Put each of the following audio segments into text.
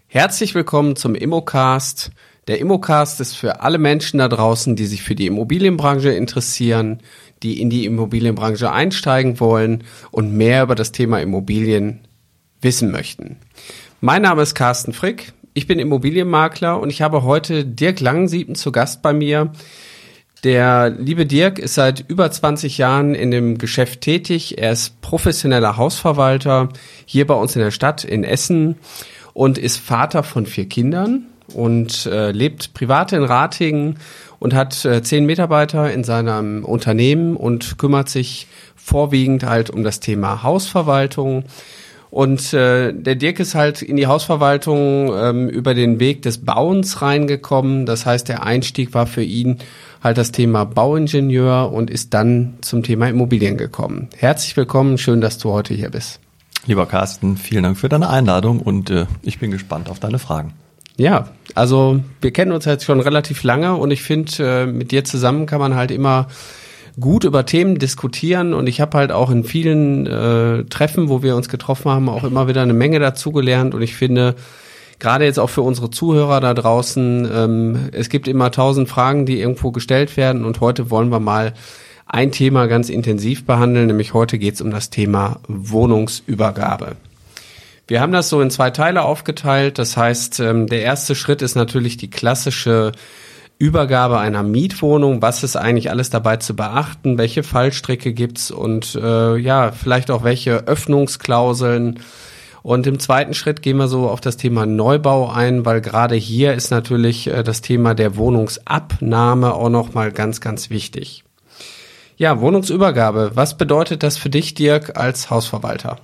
Herzlich willkommen zum Immocast. Der Immocast ist für alle Menschen da draußen, die sich für die Immobilienbranche interessieren, die in die Immobilienbranche einsteigen wollen und mehr über das Thema Immobilien wissen möchten. Mein Name ist Carsten Frick, ich bin Immobilienmakler und ich habe heute Dirk Langensieben zu Gast bei mir. Der liebe Dirk ist seit über 20 Jahren in dem Geschäft tätig. Er ist professioneller Hausverwalter hier bei uns in der Stadt in Essen und ist Vater von 4 Kindern und lebt privat in Ratingen und hat 10 Mitarbeiter in seinem Unternehmen und kümmert sich vorwiegend halt um das Thema Hausverwaltung. Und der Dirk ist halt in die Hausverwaltung über den Weg des Bauens reingekommen. Das heißt, der Einstieg war für ihn halt das Thema Bauingenieur und ist dann zum Thema Immobilien gekommen. Herzlich willkommen, schön, dass du heute hier bist. Lieber Carsten, vielen Dank für deine Einladung und ich bin gespannt auf deine Fragen. Ja, also wir kennen uns jetzt schon relativ lange und ich finde, mit dir zusammen kann man halt immer gut über Themen diskutieren und ich habe halt auch in vielen Treffen, wo wir uns getroffen haben, auch immer wieder eine Menge dazugelernt und ich finde, gerade jetzt auch für unsere Zuhörer da draußen, es gibt immer 1000 Fragen, die irgendwo gestellt werden und heute wollen wir mal ein Thema ganz intensiv behandeln, nämlich heute geht es um das Thema Wohnungsübergabe. Wir haben das so in 2 Teile aufgeteilt, das heißt, der erste Schritt ist natürlich die klassische Übergabe einer Mietwohnung. Was ist eigentlich alles dabei zu beachten? Welche Fallstricke gibt's und vielleicht auch welche Öffnungsklauseln? Und im zweiten Schritt gehen wir so auf das Thema Neubau ein, weil gerade hier ist natürlich das Thema der Wohnungsabnahme auch nochmal ganz, ganz wichtig. Ja, Wohnungsübergabe. Was bedeutet das für dich, Dirk, als Hausverwalter?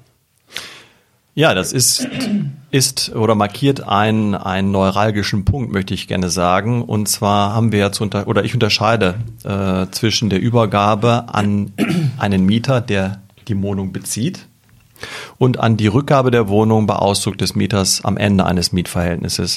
Ja, das ist oder markiert einen neuralgischen Punkt, möchte ich gerne sagen. Und zwar haben wir ich unterscheide zwischen der Übergabe an einen Mieter, der die Wohnung bezieht, und an die Rückgabe der Wohnung bei Auszug des Mieters am Ende eines Mietverhältnisses.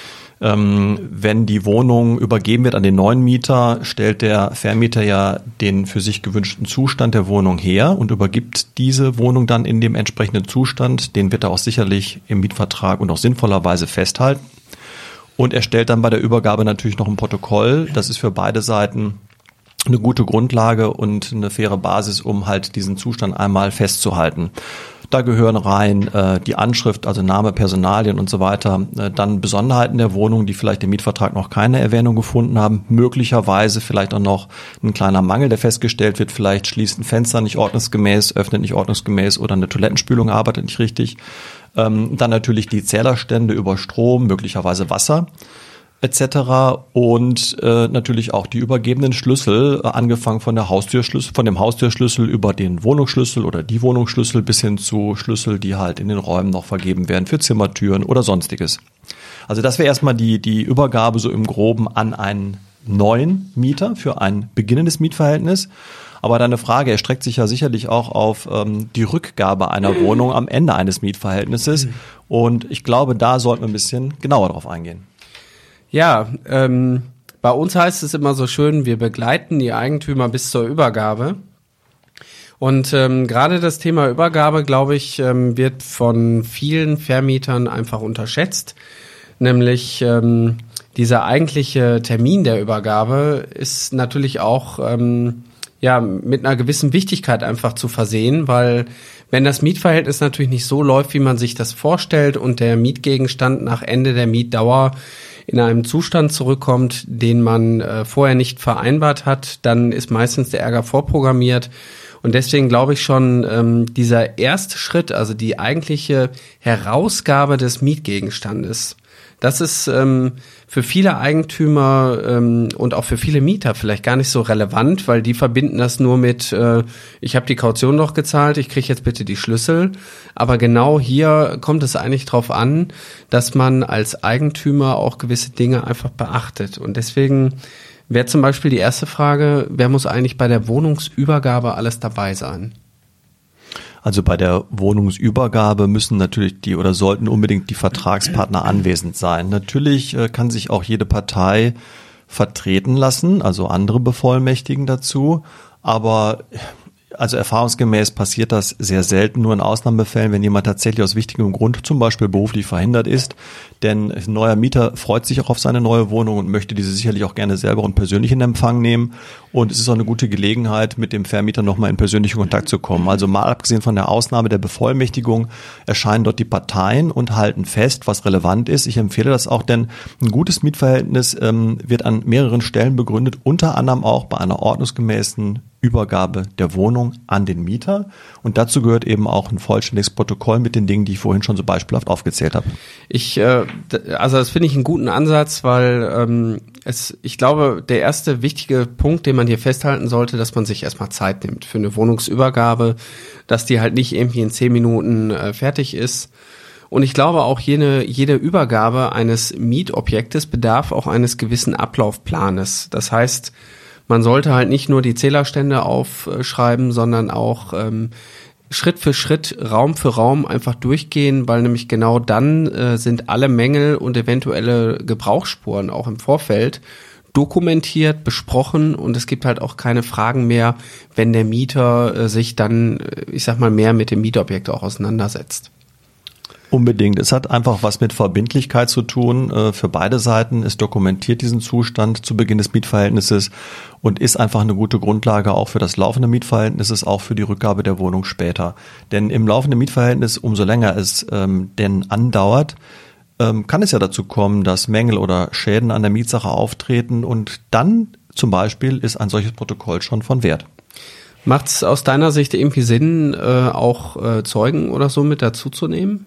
Wenn die Wohnung übergeben wird an den neuen Mieter, stellt der Vermieter ja den für sich gewünschten Zustand der Wohnung her und übergibt diese Wohnung dann in dem entsprechenden Zustand. Den wird er auch sicherlich im Mietvertrag und auch sinnvollerweise festhalten. Und er stellt dann bei der Übergabe natürlich noch ein Protokoll. Das ist für beide Seiten eine gute Grundlage und eine faire Basis, um halt diesen Zustand einmal festzuhalten. Da gehören rein die Anschrift, also Name, Personalien und so weiter, dann Besonderheiten der Wohnung, die vielleicht im Mietvertrag noch keine Erwähnung gefunden haben, möglicherweise vielleicht auch noch ein kleiner Mangel, der festgestellt wird, vielleicht schließt ein Fenster nicht ordnungsgemäß, öffnet nicht ordnungsgemäß oder eine Toilettenspülung arbeitet nicht richtig. Dann natürlich die Zählerstände über Strom, möglicherweise Wasser etc. und natürlich auch die übergebenen Schlüssel, angefangen von dem Haustürschlüssel über den Wohnungsschlüssel oder die Wohnungsschlüssel bis hin zu Schlüssel, die halt in den Räumen noch vergeben werden für Zimmertüren oder sonstiges. Also das wäre erstmal die Übergabe so im Groben an einen neuen Mieter für ein beginnendes Mietverhältnis. Aber deine Frage erstreckt sich ja sicherlich auch auf die Rückgabe einer Wohnung am Ende eines Mietverhältnisses und ich glaube, da sollten wir ein bisschen genauer drauf eingehen. Ja, bei uns heißt es immer so schön, wir begleiten die Eigentümer bis zur Übergabe. Und gerade das Thema Übergabe, glaube ich, wird von vielen Vermietern einfach unterschätzt. Nämlich dieser eigentliche Termin der Übergabe ist natürlich auch mit einer gewissen Wichtigkeit einfach zu versehen, weil wenn das Mietverhältnis natürlich nicht so läuft, wie man sich das vorstellt und der Mietgegenstand nach Ende der Mietdauer in einem Zustand zurückkommt, den man vorher nicht vereinbart hat, dann ist meistens der Ärger vorprogrammiert. Und deswegen glaube ich schon, dieser erste Schritt, also die eigentliche Herausgabe des Mietgegenstandes, das ist für viele Eigentümer und auch für viele Mieter vielleicht gar nicht so relevant, weil die verbinden das nur mit, ich habe die Kaution doch gezahlt, ich kriege jetzt bitte die Schlüssel. Aber genau hier kommt es eigentlich drauf an, dass man als Eigentümer auch gewisse Dinge einfach beachtet. Und deswegen wäre zum Beispiel die erste Frage, wer muss eigentlich bei der Wohnungsübergabe alles dabei sein? Also bei der Wohnungsübergabe müssen natürlich sollten unbedingt die Vertragspartner anwesend sein. Natürlich kann sich auch jede Partei vertreten lassen, also andere bevollmächtigen dazu. Aber Also erfahrungsgemäß passiert das sehr selten, nur in Ausnahmefällen, wenn jemand tatsächlich aus wichtigem Grund, zum Beispiel beruflich, verhindert ist. Denn ein neuer Mieter freut sich auch auf seine neue Wohnung und möchte diese sicherlich auch gerne selber und persönlich in Empfang nehmen. Und es ist auch eine gute Gelegenheit, mit dem Vermieter nochmal in persönlichen Kontakt zu kommen. Also mal abgesehen von der Ausnahme der Bevollmächtigung erscheinen dort die Parteien und halten fest, was relevant ist. Ich empfehle das auch, denn ein gutes Mietverhältnis wird an mehreren Stellen begründet, unter anderem auch bei einer ordnungsgemäßen Übergabe der Wohnung an den Mieter. Und dazu gehört eben auch ein vollständiges Protokoll mit den Dingen, die ich vorhin schon so beispielhaft aufgezählt habe. Also das finde ich einen guten Ansatz, weil ich glaube, der erste wichtige Punkt, den man hier festhalten sollte, dass man sich erstmal Zeit nimmt für eine Wohnungsübergabe, dass die halt nicht irgendwie in 10 Minuten fertig ist. Und ich glaube auch, jede Übergabe eines Mietobjektes bedarf auch eines gewissen Ablaufplanes. Das heißt, man sollte halt nicht nur die Zählerstände aufschreiben, sondern auch Schritt für Schritt, Raum für Raum einfach durchgehen, weil nämlich genau dann sind alle Mängel und eventuelle Gebrauchsspuren auch im Vorfeld dokumentiert, besprochen und es gibt halt auch keine Fragen mehr, wenn der Mieter sich dann, ich sag mal, mehr mit dem Mietobjekt auch auseinandersetzt. Unbedingt. Es hat einfach was mit Verbindlichkeit zu tun für beide Seiten. Es dokumentiert diesen Zustand zu Beginn des Mietverhältnisses und ist einfach eine gute Grundlage auch für das laufende Mietverhältnis, auch für die Rückgabe der Wohnung später. Denn im laufenden Mietverhältnis, umso länger es denn andauert, kann es ja dazu kommen, dass Mängel oder Schäden an der Mietsache auftreten und dann zum Beispiel ist ein solches Protokoll schon von Wert. Macht es aus deiner Sicht irgendwie Sinn, auch Zeugen oder so mit dazuzunehmen?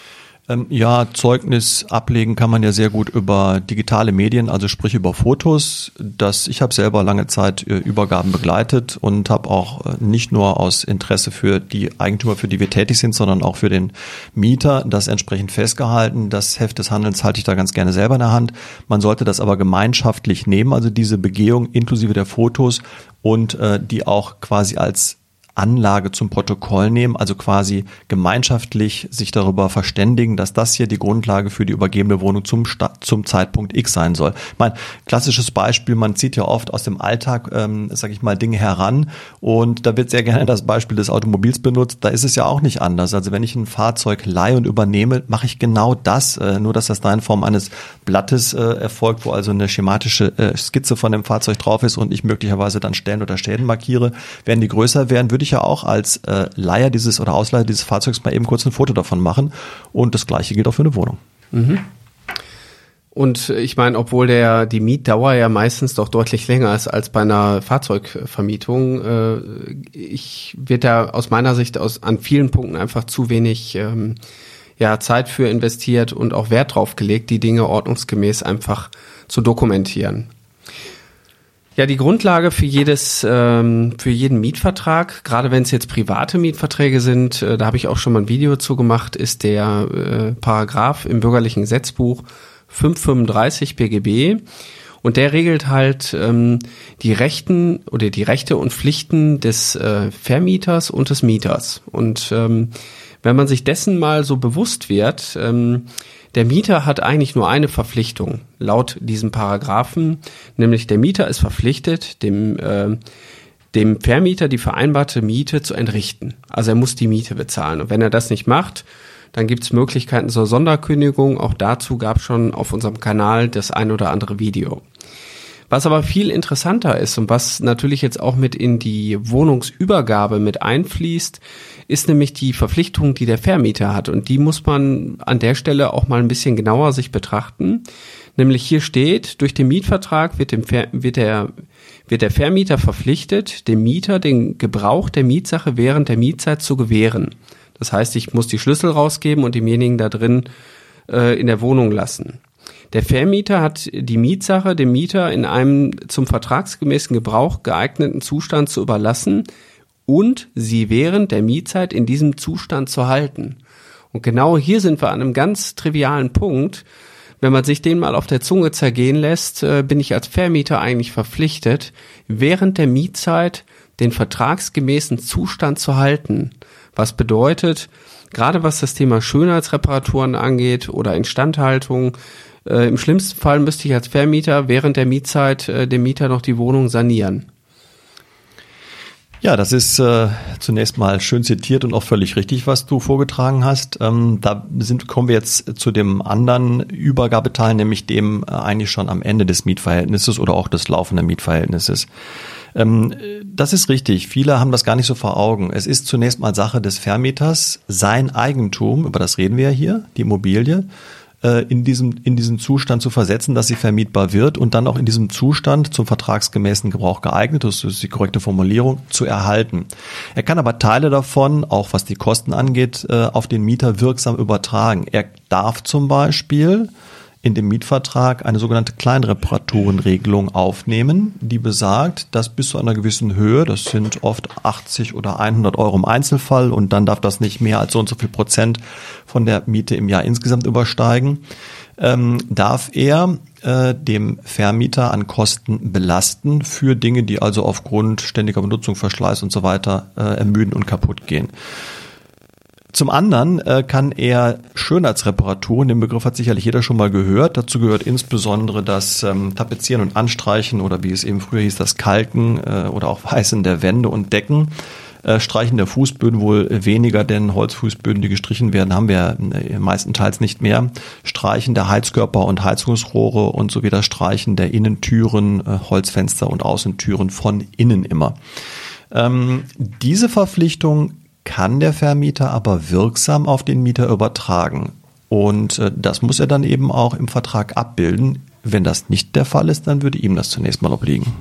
Ja, Zeugnis ablegen kann man ja sehr gut über digitale Medien, also sprich über Fotos. Ich habe selber lange Zeit Übergaben begleitet und habe auch nicht nur aus Interesse für die Eigentümer, für die wir tätig sind, sondern auch für den Mieter das entsprechend festgehalten. Das Heft des Handelns halte ich da ganz gerne selber in der Hand. Man sollte das aber gemeinschaftlich nehmen, also diese Begehung inklusive der Fotos und die auch quasi als Anlage zum Protokoll nehmen, also quasi gemeinschaftlich sich darüber verständigen, dass das hier die Grundlage für die übergebene Wohnung zum Zeitpunkt X sein soll. Mein klassisches Beispiel, man zieht ja oft aus dem Alltag, sage ich mal, Dinge heran und da wird sehr gerne das Beispiel des Automobils benutzt, da ist es ja auch nicht anders. Also wenn ich ein Fahrzeug leihe und übernehme, mache ich genau das, nur dass das da in Form eines Blattes erfolgt, wo also eine schematische Skizze von dem Fahrzeug drauf ist und ich möglicherweise dann Stellen oder Schäden markiere. Werden die größer werden, würde ich ja auch als Leiher oder Ausleiher dieses Fahrzeugs mal eben kurz ein Foto davon machen. Und das Gleiche gilt auch für eine Wohnung. Mhm. Und ich meine, obwohl die Mietdauer ja meistens doch deutlich länger ist als bei einer Fahrzeugvermietung, wird da aus meiner Sicht an vielen Punkten einfach zu wenig Zeit für investiert und auch Wert drauf gelegt, die Dinge ordnungsgemäß einfach zu dokumentieren. Ja, die Grundlage für jeden Mietvertrag, gerade wenn es jetzt private Mietverträge sind, da habe ich auch schon mal ein Video zu gemacht, ist der Paragraph im bürgerlichen Gesetzbuch 535 BGB und der regelt halt die Rechte und Pflichten des Vermieters und des Mieters. Und wenn man sich dessen mal so bewusst wird, der Mieter hat eigentlich nur eine Verpflichtung laut diesem Paragraphen, nämlich der Mieter ist verpflichtet, dem Vermieter die vereinbarte Miete zu entrichten. Also er muss die Miete bezahlen. Und wenn er das nicht macht, dann gibt es Möglichkeiten zur Sonderkündigung. Auch dazu gab es schon auf unserem Kanal das ein oder andere Video. Was aber viel interessanter ist und was natürlich jetzt auch mit in die Wohnungsübergabe mit einfließt, ist nämlich die Verpflichtung, die der Vermieter hat. Und die muss man an der Stelle auch mal ein bisschen genauer sich betrachten. Nämlich hier steht, durch den Mietvertrag wird der Vermieter verpflichtet, dem Mieter den Gebrauch der Mietsache während der Mietzeit zu gewähren. Das heißt, ich muss die Schlüssel rausgeben und demjenigen da drin in der Wohnung lassen. Der Vermieter hat die Mietsache dem Mieter in einem zum vertragsgemäßen Gebrauch geeigneten Zustand zu überlassen und sie während der Mietzeit in diesem Zustand zu halten. Und genau hier sind wir an einem ganz trivialen Punkt. Wenn man sich den mal auf der Zunge zergehen lässt, bin ich als Vermieter eigentlich verpflichtet, während der Mietzeit den vertragsgemäßen Zustand zu halten. Was bedeutet, gerade was das Thema Schönheitsreparaturen angeht oder Instandhaltung, im schlimmsten Fall müsste ich als Vermieter während der Mietzeit dem Mieter noch die Wohnung sanieren. Ja, das ist zunächst mal schön zitiert und auch völlig richtig, was du vorgetragen hast. Kommen wir jetzt zu dem anderen Übergabeteil, nämlich dem eigentlich schon am Ende des Mietverhältnisses oder auch des laufenden Mietverhältnisses. Das ist richtig. Viele haben das gar nicht so vor Augen. Es ist zunächst mal Sache des Vermieters, sein Eigentum, über das reden wir ja hier, die Immobilie, in diesen Zustand zu versetzen, dass sie vermietbar wird und dann auch in diesem Zustand zum vertragsgemäßen Gebrauch geeignet, das ist die korrekte Formulierung, zu erhalten. Er kann aber Teile davon, auch was die Kosten angeht, auf den Mieter wirksam übertragen. Er darf zum Beispiel in dem Mietvertrag eine sogenannte Kleinreparaturenregelung aufnehmen, die besagt, dass bis zu einer gewissen Höhe, das sind oft 80 oder 100 Euro im Einzelfall und dann darf das nicht mehr als so und so viel Prozent von der Miete im Jahr insgesamt übersteigen, darf er dem Vermieter an Kosten belasten für Dinge, die also aufgrund ständiger Benutzung, Verschleiß und so weiter ermüden und kaputt gehen. Zum anderen kann er Schönheitsreparaturen, den Begriff hat sicherlich jeder schon mal gehört, dazu gehört insbesondere das Tapezieren und Anstreichen oder wie es eben früher hieß, das Kalken oder auch Weißen der Wände und Decken. Streichen der Fußböden wohl weniger, denn Holzfußböden, die gestrichen werden, haben wir meistenteils nicht mehr. Streichen der Heizkörper und Heizungsrohre und sowie das Streichen der Innentüren, Holzfenster und Außentüren von innen immer. Diese Verpflichtung kann der Vermieter aber wirksam auf den Mieter übertragen. Und das muss er dann eben auch im Vertrag abbilden. Wenn das nicht der Fall ist, dann würde ihm das zunächst mal obliegen.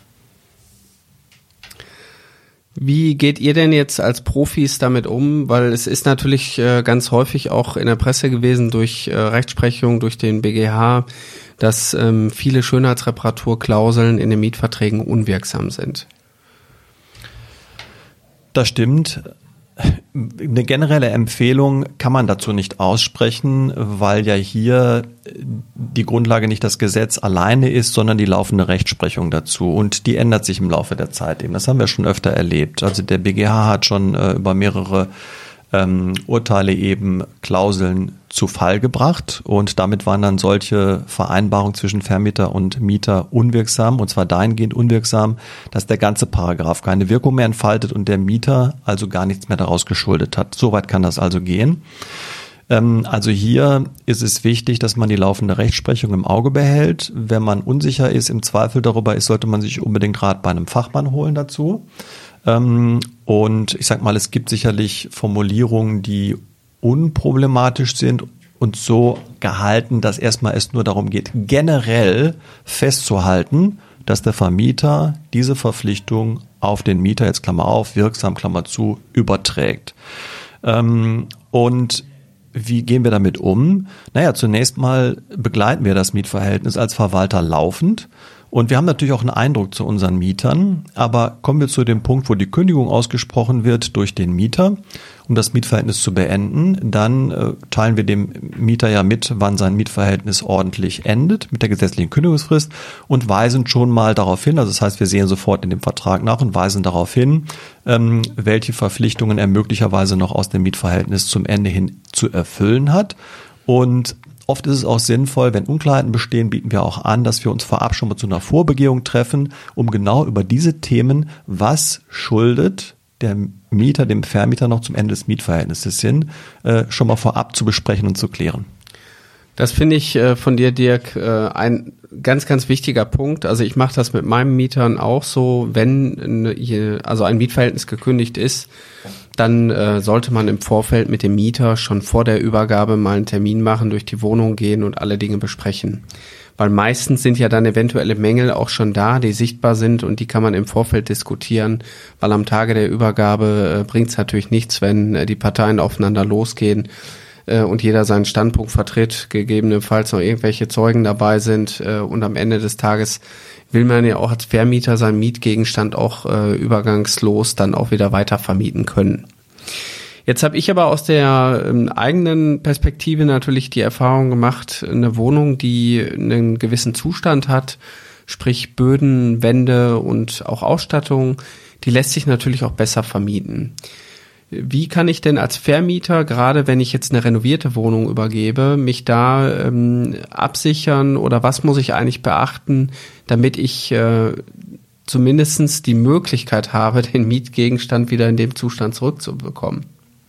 Wie geht ihr denn jetzt als Profis damit um? Weil es ist natürlich ganz häufig auch in der Presse gewesen durch Rechtsprechung, durch den BGH, dass viele Schönheitsreparaturklauseln in den Mietverträgen unwirksam sind. Das stimmt. Eine generelle Empfehlung kann man dazu nicht aussprechen, weil ja hier die Grundlage nicht das Gesetz alleine ist, sondern die laufende Rechtsprechung dazu. Und die ändert sich im Laufe der Zeit eben. Das haben wir schon öfter erlebt. Also der BGH hat schon über mehrere Urteile eben Klauseln zu Fall gebracht und damit waren dann solche Vereinbarungen zwischen Vermieter und Mieter unwirksam und zwar dahingehend unwirksam, dass der ganze Paragraph keine Wirkung mehr entfaltet und der Mieter also gar nichts mehr daraus geschuldet hat. Soweit kann das also gehen. Also hier ist es wichtig, dass man die laufende Rechtsprechung im Auge behält. Wenn man unsicher ist, im Zweifel darüber ist, sollte man sich unbedingt Rat bei einem Fachmann holen dazu. Und ich sag mal, es gibt sicherlich Formulierungen, die unproblematisch sind und so gehalten, dass erstmal es nur darum geht, generell festzuhalten, dass der Vermieter diese Verpflichtung auf den Mieter, jetzt Klammer auf, wirksam, Klammer zu, überträgt. Und wie gehen wir damit um? Naja, zunächst mal begleiten wir das Mietverhältnis als Verwalter laufend. Und wir haben natürlich auch einen Eindruck zu unseren Mietern, aber kommen wir zu dem Punkt, wo die Kündigung ausgesprochen wird durch den Mieter, um das Mietverhältnis zu beenden, dann teilen wir dem Mieter ja mit, wann sein Mietverhältnis ordentlich endet, mit der gesetzlichen Kündigungsfrist und weisen schon mal darauf hin, also das heißt, wir sehen sofort in dem Vertrag nach und weisen darauf hin, welche Verpflichtungen er möglicherweise noch aus dem Mietverhältnis zum Ende hin zu erfüllen hat. Und oft ist es auch sinnvoll, wenn Unklarheiten bestehen, bieten wir auch an, dass wir uns vorab schon mal zu einer Vorbegehung treffen, um genau über diese Themen, was schuldet der Mieter dem Vermieter noch zum Ende des Mietverhältnisses hin, schon mal vorab zu besprechen und zu klären. Das finde ich von dir, Dirk, ein ganz, ganz wichtiger Punkt. Also ich mache das mit meinen Mietern auch so, wenn ein Mietverhältnis gekündigt ist, dann sollte man im Vorfeld mit dem Mieter schon vor der Übergabe mal einen Termin machen, durch die Wohnung gehen und alle Dinge besprechen. Weil meistens sind ja dann eventuelle Mängel auch schon da, die sichtbar sind und die kann man im Vorfeld diskutieren, weil am Tage der Übergabe bringt es natürlich nichts, wenn die Parteien aufeinander losgehen und jeder seinen Standpunkt vertritt, gegebenenfalls noch irgendwelche Zeugen dabei sind und am Ende des Tages will man ja auch als Vermieter seinen Mietgegenstand auch übergangslos dann auch wieder weiter vermieten können. Jetzt habe ich aber aus der eigenen Perspektive natürlich die Erfahrung gemacht, eine Wohnung, die einen gewissen Zustand hat, sprich Böden, Wände und auch Ausstattung, die lässt sich natürlich auch besser vermieten. Wie kann ich denn als Vermieter, gerade wenn ich jetzt eine renovierte Wohnung übergebe, mich da absichern oder was muss ich eigentlich beachten, damit ich zumindestens die Möglichkeit habe, den Mietgegenstand wieder in dem Zustand zurückzubekommen?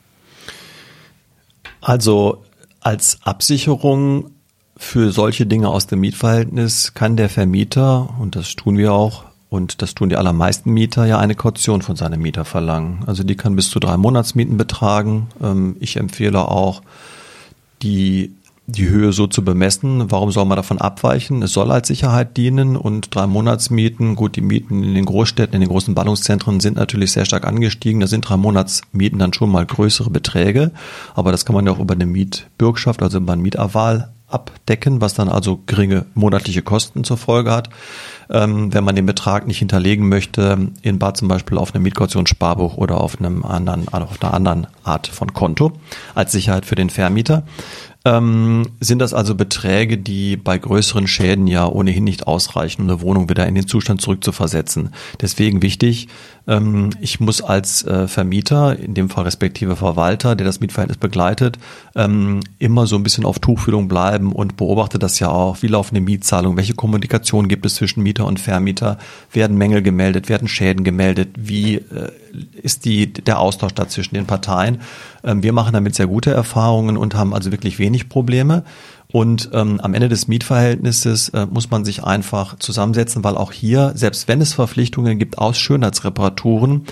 Also als Absicherung für solche Dinge aus dem Mietverhältnis kann der Vermieter, und das tun wir auch, und das tun die allermeisten Mieter, ja eine Kaution von seinem Mieter verlangen. Also die kann bis zu 3 Monatsmieten betragen. Ich empfehle auch, die Höhe so zu bemessen. Warum soll man davon abweichen? Es soll als Sicherheit dienen und 3 Monatsmieten, gut, die Mieten in den Großstädten, in den großen Ballungszentren sind natürlich sehr stark angestiegen. Da sind 3 Monatsmieten dann schon mal größere Beträge. Aber das kann man ja auch über eine Mietbürgschaft, also über ein Mieterwahl abdecken, was dann also geringe monatliche Kosten zur Folge hat. Wenn man den Betrag nicht hinterlegen möchte, in Bar zum Beispiel auf einem Mietkautionsssparbuch oder auf einer anderen Art von Konto als Sicherheit für den Vermieter, sind das also Beträge, die bei größeren Schäden ja ohnehin nicht ausreichen, um eine Wohnung wieder in den Zustand zurückzuversetzen. Deswegen wichtig, ich muss als Vermieter, in dem Fall respektive Verwalter, der das Mietverhältnis begleitet, immer so ein bisschen auf Tuchfühlung bleiben und beobachte das ja auch. Wie laufen die Mietzahlungen? Welche Kommunikation gibt es zwischen Mieter und Vermieter? Werden Mängel gemeldet? Werden Schäden gemeldet? Wie ist der Austausch da zwischen den Parteien? Wir machen damit sehr gute Erfahrungen und haben also wirklich wenig Probleme. Und am Ende des Mietverhältnisses muss man sich einfach zusammensetzen, weil auch hier, selbst wenn es Verpflichtungen gibt aus Schönheitsreparaturen,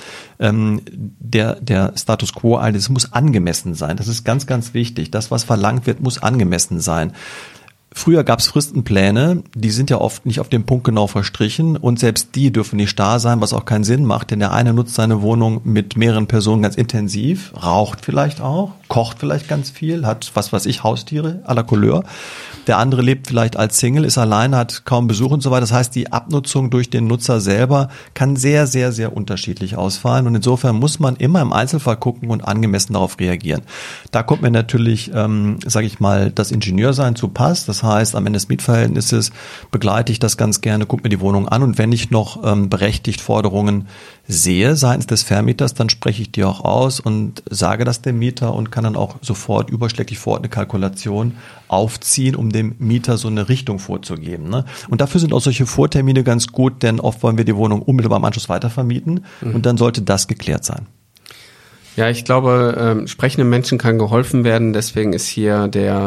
der Status quo eines muss angemessen sein. Das ist ganz, ganz wichtig. Das, was verlangt wird, muss angemessen sein. Früher gab es Fristenpläne, die sind ja oft nicht auf den Punkt genau verstrichen und selbst die dürfen nicht starr sein, was auch keinen Sinn macht, denn der eine nutzt seine Wohnung mit mehreren Personen ganz intensiv, raucht vielleicht auch, kocht vielleicht ganz viel, hat was weiß ich, Haustiere à la Couleur. Der andere lebt vielleicht als Single, ist alleine, hat kaum Besuch und so weiter. Das heißt, die Abnutzung durch den Nutzer selber kann sehr, sehr, sehr unterschiedlich ausfallen und insofern muss man immer im Einzelfall gucken und angemessen darauf reagieren. Da kommt mir natürlich, sage ich mal, das Ingenieursein zu Pass. Das heißt, am Ende des Mietverhältnisses begleite ich das ganz gerne, gucke mir die Wohnung an und wenn ich noch berechtigt Forderungen sehe seitens des Vermieters, dann spreche ich die auch aus und sage das dem Mieter und kann dann auch sofort überschläglich vor Ort eine Kalkulation aufziehen, um dem Mieter so eine Richtung vorzugeben. Ne? Und dafür sind auch solche Vortermine ganz gut, denn oft wollen wir die Wohnung unmittelbar im Anschluss weitervermieten und dann sollte das geklärt sein. Ja, ich glaube, sprechenden Menschen kann geholfen werden, deswegen ist hier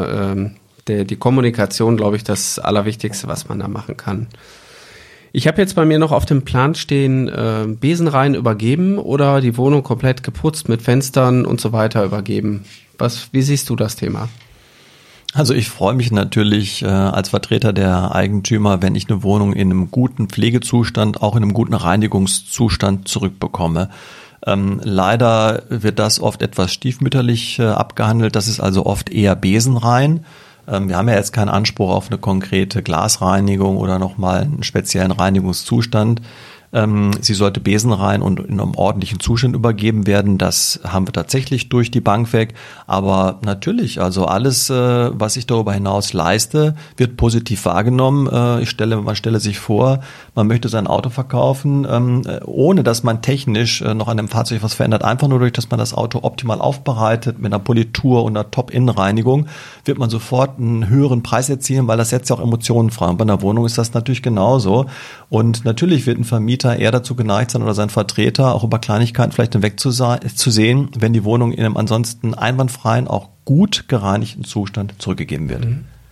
die Kommunikation, glaube ich, das Allerwichtigste, was man da machen kann. Ich habe jetzt bei mir noch auf dem Plan stehen, Besenreihen übergeben oder die Wohnung komplett geputzt mit Fenstern und so weiter übergeben. Wie siehst du das Thema? Also ich freue mich natürlich als Vertreter der Eigentümer, wenn ich eine Wohnung in einem guten Pflegezustand, auch in einem guten Reinigungszustand zurückbekomme. Leider wird das oft etwas stiefmütterlich abgehandelt. Das ist also oft eher Besenreihen. Wir haben ja jetzt keinen Anspruch auf eine konkrete Glasreinigung oder nochmal einen speziellen Reinigungszustand. Sie sollte besenrein und in einem ordentlichen Zustand übergeben werden. Das haben wir tatsächlich durch die Bank weg. Aber natürlich, also alles, was ich darüber hinaus leiste, wird positiv wahrgenommen. Man stelle sich vor, man möchte sein Auto verkaufen, ohne dass man technisch noch an dem Fahrzeug was verändert. Einfach nur durch, dass man das Auto optimal aufbereitet, mit einer Politur und einer Top-Innenreinigung, wird man sofort einen höheren Preis erzielen, weil das setzt ja auch Emotionen frei. Und bei einer Wohnung ist das natürlich genauso. Und natürlich wird ein Vermieter eher dazu geneigt sein oder sein Vertreter auch über Kleinigkeiten vielleicht hinwegzusehen, wenn die Wohnung in einem ansonsten einwandfreien, auch gut gereinigten Zustand zurückgegeben wird.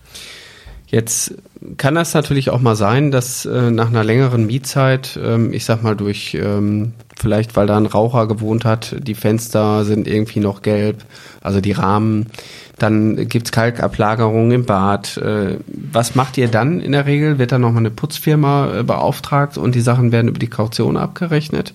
Jetzt kann das natürlich auch mal sein, dass nach einer längeren Mietzeit, ich sag mal durch, vielleicht weil da ein Raucher gewohnt hat, die Fenster sind irgendwie noch gelb, also die Rahmen, dann gibt's Kalkablagerungen im Bad. Was macht ihr dann in der Regel? Wird dann nochmal eine Putzfirma beauftragt und die Sachen werden über die Kaution abgerechnet?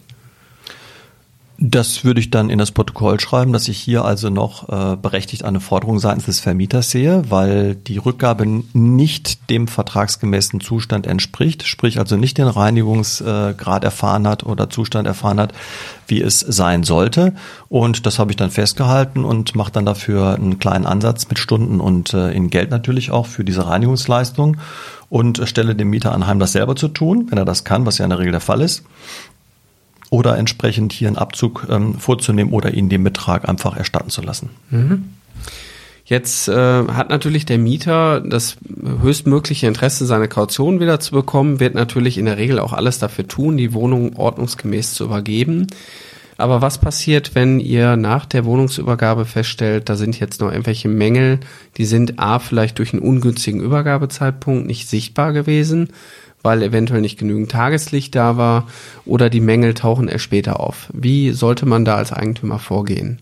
Das würde ich dann in das Protokoll schreiben, dass ich hier also noch berechtigt eine Forderung seitens des Vermieters sehe, weil die Rückgabe nicht dem vertragsgemäßen Zustand entspricht, sprich also nicht den Reinigungsgrad erfahren hat oder Zustand erfahren hat, wie es sein sollte. Und das habe ich dann festgehalten und mache dann dafür einen kleinen Ansatz mit Stunden und in Geld natürlich auch für diese Reinigungsleistung und stelle dem Mieter anheim, das selber zu tun, wenn er das kann, was ja in der Regel der Fall ist. Oder entsprechend hier einen Abzug vorzunehmen oder ihnen den Betrag einfach erstatten zu lassen. Jetzt hat natürlich der Mieter das höchstmögliche Interesse, seine Kaution wieder zu bekommen, wird natürlich in der Regel auch alles dafür tun, die Wohnung ordnungsgemäß zu übergeben. Aber was passiert, wenn ihr nach der Wohnungsübergabe feststellt, da sind jetzt noch irgendwelche Mängel, die sind vielleicht durch einen ungünstigen Übergabezeitpunkt nicht sichtbar gewesen, weil eventuell nicht genügend Tageslicht da war, oder die Mängel tauchen erst später auf. Wie sollte man da als Eigentümer vorgehen?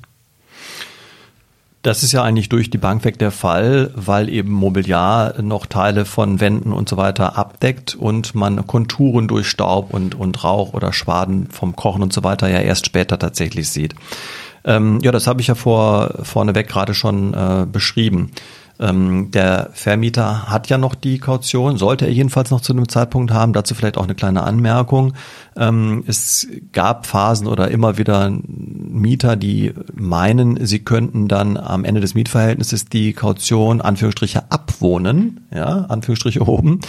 Das ist ja eigentlich durch die Bank weg der Fall, weil eben Mobiliar noch Teile von Wänden und so weiter abdeckt und man Konturen durch Staub und Rauch oder Schwaden vom Kochen und so weiter ja erst später tatsächlich sieht. Ja, das habe ich ja vorneweg gerade schon beschrieben. Der Vermieter hat ja noch die Kaution, sollte er jedenfalls noch zu einem Zeitpunkt haben. Dazu vielleicht auch eine kleine Anmerkung. Es gab Phasen oder immer wieder Mieter, die meinen, sie könnten dann am Ende des Mietverhältnisses die Kaution, Anführungsstriche, abwohnen, ja, Anführungsstriche oben.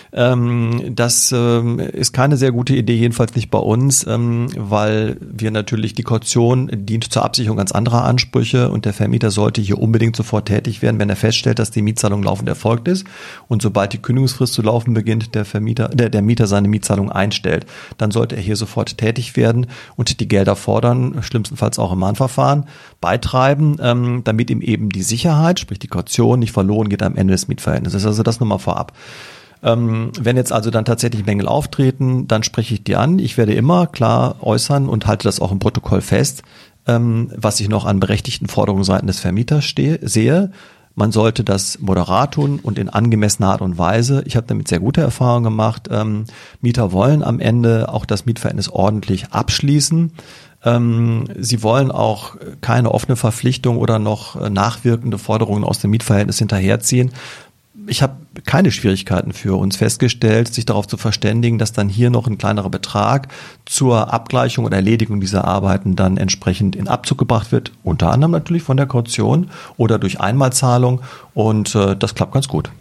Das ist keine sehr gute Idee, jedenfalls nicht bei uns, weil wir natürlich, die Kaution dient zur Absicherung ganz anderer Ansprüche und der Vermieter sollte hier unbedingt sofort tätig werden, wenn er feststellt, dass die Mietzahlung laufend erfolgt ist, und sobald die Kündigungsfrist zu laufen beginnt, der Mieter seine Mietzahlung einstellt, dann sollte er hier sofort tätig werden und die Gelder fordern, schlimmstenfalls auch im Mahnverfahren, beitreiben, damit ihm eben die Sicherheit, sprich die Kaution, nicht verloren geht am Ende des Mietverhältnisses. Also das nur mal vorab. Wenn jetzt also dann tatsächlich Mängel auftreten, dann spreche ich die an. Ich werde immer klar äußern und halte das auch im Protokoll fest, was ich noch an berechtigten Forderungen seitens des Vermieters sehe. Man sollte das moderat tun und in angemessener Art und Weise. Ich habe damit sehr gute Erfahrungen gemacht. Mieter wollen am Ende auch das Mietverhältnis ordentlich abschließen. Sie wollen auch keine offene Verpflichtung oder noch nachwirkende Forderungen aus dem Mietverhältnis hinterherziehen. Ich habe keine Schwierigkeiten für uns festgestellt, sich darauf zu verständigen, dass dann hier noch ein kleinerer Betrag zur Abgleichung oder Erledigung dieser Arbeiten dann entsprechend in Abzug gebracht wird, unter anderem natürlich von der Kaution oder durch Einmalzahlung, und das klappt ganz gut.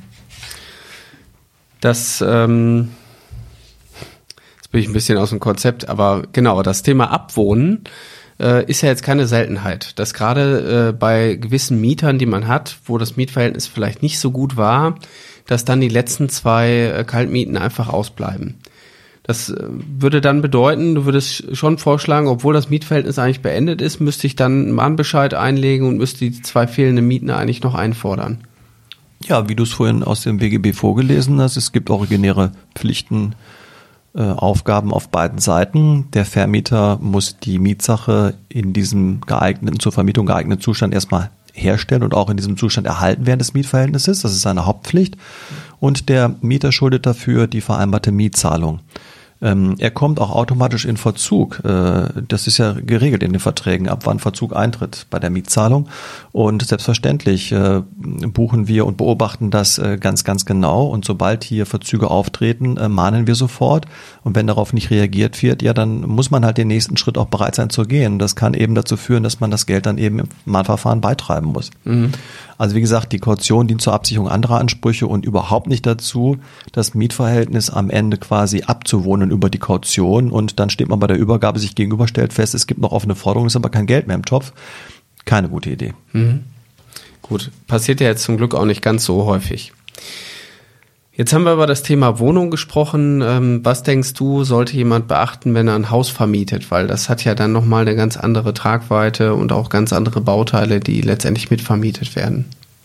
Das jetzt bin ich ein bisschen aus dem Konzept, aber genau, das Thema Abwohnen ist ja jetzt keine Seltenheit, dass gerade bei gewissen Mietern, die man hat, wo das Mietverhältnis vielleicht nicht so gut war, dass dann die letzten 2 Kaltmieten einfach ausbleiben. Das würde dann bedeuten, du würdest schon vorschlagen, obwohl das Mietverhältnis eigentlich beendet ist, müsste ich dann einen Mahnbescheid einlegen und müsste die 2 fehlenden Mieten eigentlich noch einfordern. Ja, wie du es vorhin aus dem BGB vorgelesen hast, es gibt originäre Pflichten, Aufgaben auf beiden Seiten. Der Vermieter muss die Mietsache in diesem zur Vermietung geeigneten Zustand erstmal herstellen und auch in diesem Zustand erhalten während des Mietverhältnisses. Das ist seine Hauptpflicht. Und der Mieter schuldet dafür die vereinbarte Mietzahlung. Er kommt auch automatisch in Verzug. Das ist ja geregelt in den Verträgen, ab wann Verzug eintritt bei der Mietzahlung. Und selbstverständlich buchen wir und beobachten das ganz, ganz genau. Und sobald hier Verzüge auftreten, mahnen wir sofort. Und wenn darauf nicht reagiert wird, ja, dann muss man halt den nächsten Schritt auch bereit sein zu gehen. Das kann eben dazu führen, dass man das Geld dann eben im Mahnverfahren beitreiben muss. Mhm. Also wie gesagt, die Kaution dient zur Absicherung anderer Ansprüche und überhaupt nicht dazu, das Mietverhältnis am Ende quasi abzuwohnen über die Kaution, und dann steht man bei der Übergabe sich gegenüber, stellt fest, es gibt noch offene Forderungen, ist aber kein Geld mehr im Topf. Keine gute Idee. Mhm. Gut, passiert ja jetzt zum Glück auch nicht ganz so häufig. Jetzt haben wir über das Thema Wohnung gesprochen. Was denkst du, sollte jemand beachten, wenn er ein Haus vermietet? Weil das hat ja dann nochmal eine ganz andere Tragweite und auch ganz andere Bauteile, die letztendlich mitvermietet werden.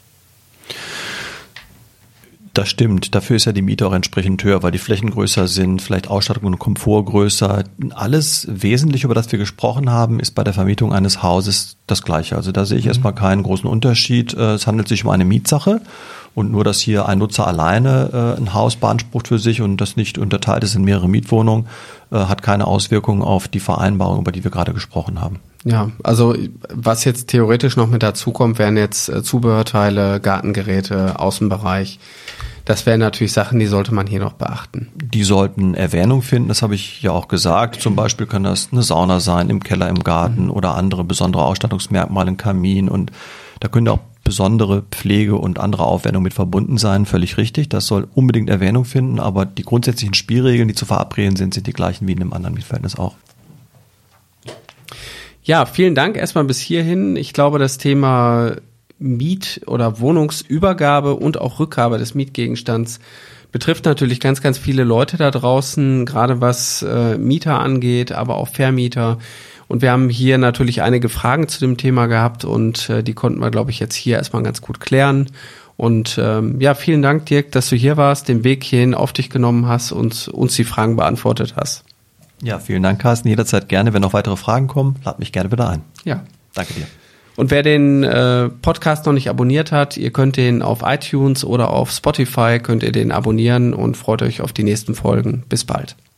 Das stimmt. Dafür ist ja die Miete auch entsprechend höher, weil die Flächen größer sind, vielleicht Ausstattung und Komfort größer. Alles Wesentliche, über das wir gesprochen haben, ist bei der Vermietung eines Hauses das Gleiche. Also da sehe ich erstmal keinen großen Unterschied. Es handelt sich um eine Mietsache. Und nur, dass hier ein Nutzer alleine ein Haus beansprucht für sich und das nicht unterteilt ist in mehrere Mietwohnungen, hat keine Auswirkungen auf die Vereinbarung, über die wir gerade gesprochen haben. Ja, also was jetzt theoretisch noch mit dazukommt, wären jetzt Zubehörteile, Gartengeräte, Außenbereich. Das wären natürlich Sachen, die sollte man hier noch beachten. Die sollten Erwähnung finden, das habe ich ja auch gesagt. Zum Beispiel kann das eine Sauna sein im Keller, im Garten oder andere besondere Ausstattungsmerkmale, ein Kamin, und da können auch besondere Pflege und andere Aufwendungen mit verbunden sein, völlig richtig. Das soll unbedingt Erwähnung finden, aber die grundsätzlichen Spielregeln, die zu verabreden sind, sind die gleichen wie in einem anderen Mietverhältnis auch. Miet- oder Wohnungsübergabe und auch Rückgabe des Mietgegenstands betrifft natürlich ganz, ganz viele Leute da draußen, gerade was Mieter angeht, aber auch Vermieter. Und wir haben hier natürlich einige Fragen zu dem Thema gehabt und die konnten wir, glaube ich, jetzt hier erstmal ganz gut klären. Und ja, vielen Dank, Dirk, dass du hier warst, den Weg hierhin auf dich genommen hast und uns die Fragen beantwortet hast. Ja, vielen Dank, Carsten. Jederzeit gerne. Wenn noch weitere Fragen kommen, lad mich gerne wieder ein. Ja. Danke dir. Und wer den Podcast noch nicht abonniert hat, ihr könnt den auf iTunes oder auf Spotify, könnt ihr den abonnieren und freut euch auf die nächsten Folgen. Bis bald.